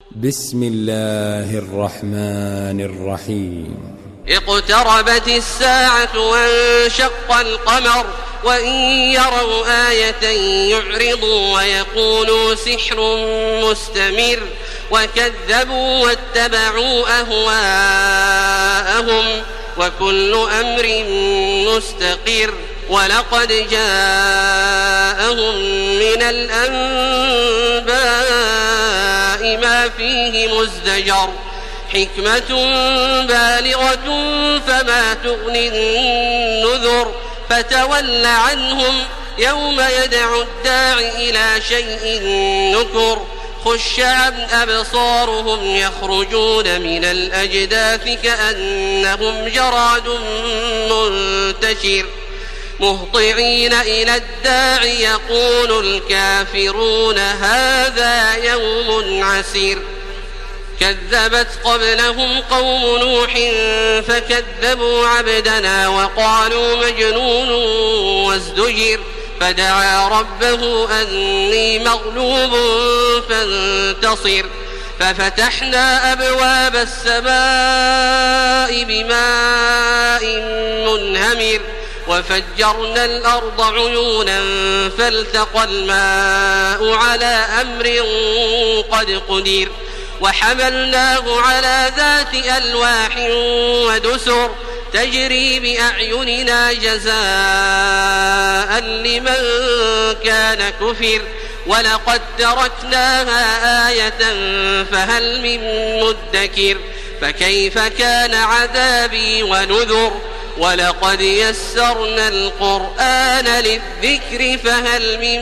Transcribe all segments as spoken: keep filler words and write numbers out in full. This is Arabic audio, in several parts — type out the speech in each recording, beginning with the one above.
بسم الله الرحمن الرحيم. اقتربت الساعة وانشق القمر وإن يروا آية يعرضوا ويقولوا سحر مستمر وكذبوا واتبعوا أهواءهم وكل أمر مستقر ولقد جاءهم من الأنباء ما فيه مزدجر حكمة بالغة فما تغني النذر فتول عنهم يوم يدعو الداع إلى شيء نكر خش عن أبصارهم يخرجون من الأجداث كأنهم جراد منتشر مهطعين إلى الداع يقول الكافرون هذا يوم عسير كذبت قبلهم قوم نوح فكذبوا عبدنا وقالوا مجنون وازدجر فدعا ربه أني مغلوب فانتصر ففتحنا أبواب السماء بماء منهمر وفجرنا الأرض عيونا فالتقى الماء على أمر قد قدر وحملناه على ذات ألواح ودسر تجري بأعيننا جزاء لمن كان كفر ولقد تركناها آية فهل من مدكر فكيف كان عذابي ونذر ولقد يسرنا القرآن للذكر فهل من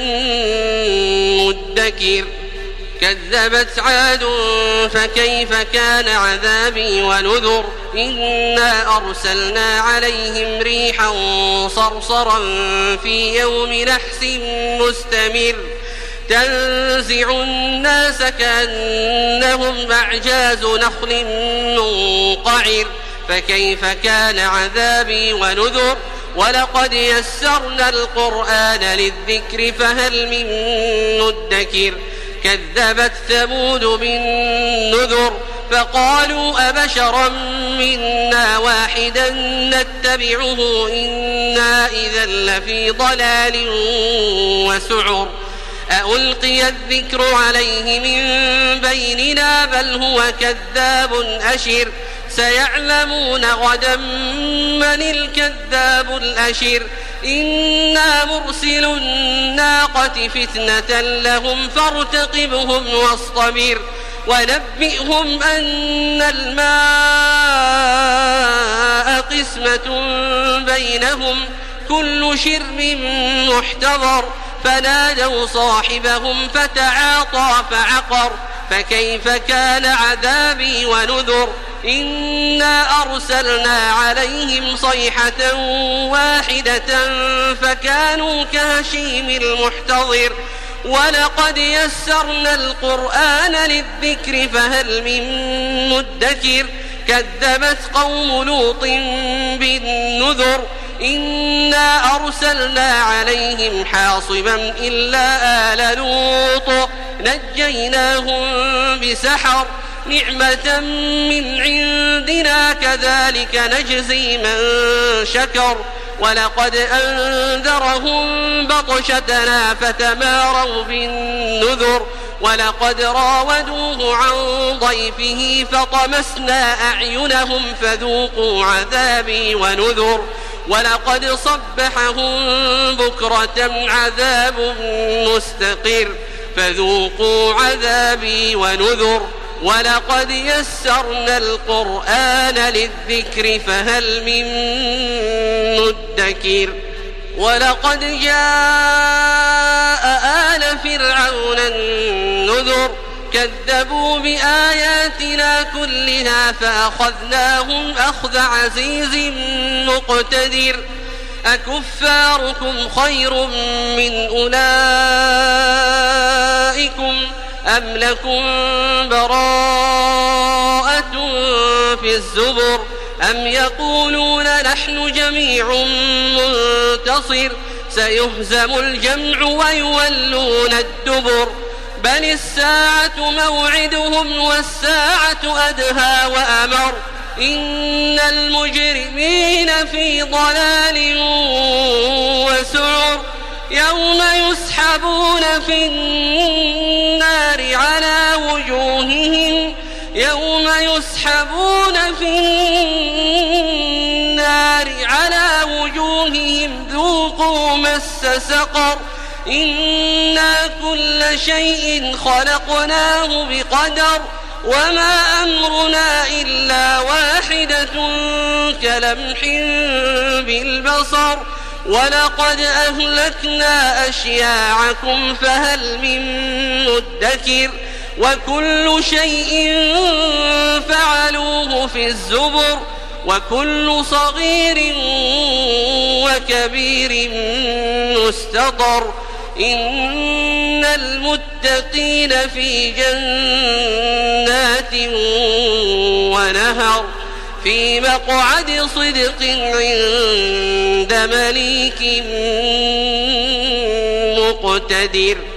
مدكر كذبت عاد فكيف كان عذابي ونذر إنا أرسلنا عليهم ريحا صرصرا في يوم نحس مستمر تنزع الناس كأنهم أعجاز نخل منقعر فكيف كان عذابي ونذر ولقد يسرنا القرآن للذكر فهل من مدكر كذبت ثمود بالنذر فقالوا أبشرا منا واحدا نتبعه إنا إذا لفي ضلال وسعر ألقي الذكر عليه من بيننا بل هو كذاب أشر سيعلمون غدا من الكذاب الأشر إنا مرسل الناقة فتنة لهم فارتقبهم واصطبر ونبئهم أن الماء قسمة بينهم كل شرب محتضر فنادوا صاحبهم فتعاطى فعقر فكيف كان عذابي ونذر إنا أرسلنا عليهم صيحة واحدة فكانوا كهشيم المحتضر ولقد يسرنا القرآن للذكر فهل من مدكر كذبت قوم لوط بالنذر إنا أرسلنا عليهم حاصبا إلا آل لوط نجيناهم بسحر نعمة من عندنا كذلك نجزي من شكر ولقد أنذرهم بطشتنا فتماروا بالنذر ولقد راودوه عن ضيفه فطمسنا أعينهم فذوقوا عذابي ونذر ولقد صبحهم بكرة عذاب مستقر فذوقوا عذابي ونذر ولقد يسرنا القرآن للذكر فهل من مدكر ولقد جاء آل فرعون النذر كذبوا بآياتنا كلها فأخذناهم أخذ عزيز مقتدر أكفاركم خير من أولئكم أم لكم براءة في الزبر أم يقولون نحن جميع منتصر سيهزم الجمع ويولون الدبر بل الساعة موعدهم والساعة أدهى وأمر إن المجرمين في ضلال وسعر يوم يسحبون في النار على وجوههم يوم يسحبون في النار على وجوههم ذوقوا مس سقر إنا كل شيء خلقناه بقدر وما أمرنا إلا واحدة كلمح بالبصر ولقد أهلكنا أشياعكم فهل من مدكر وكل شيء فعلوه في الزبر وكل صغير وكبير مستطر إن المتقين في جنات ونهر في مقعد صدق عند مليك مقتدر.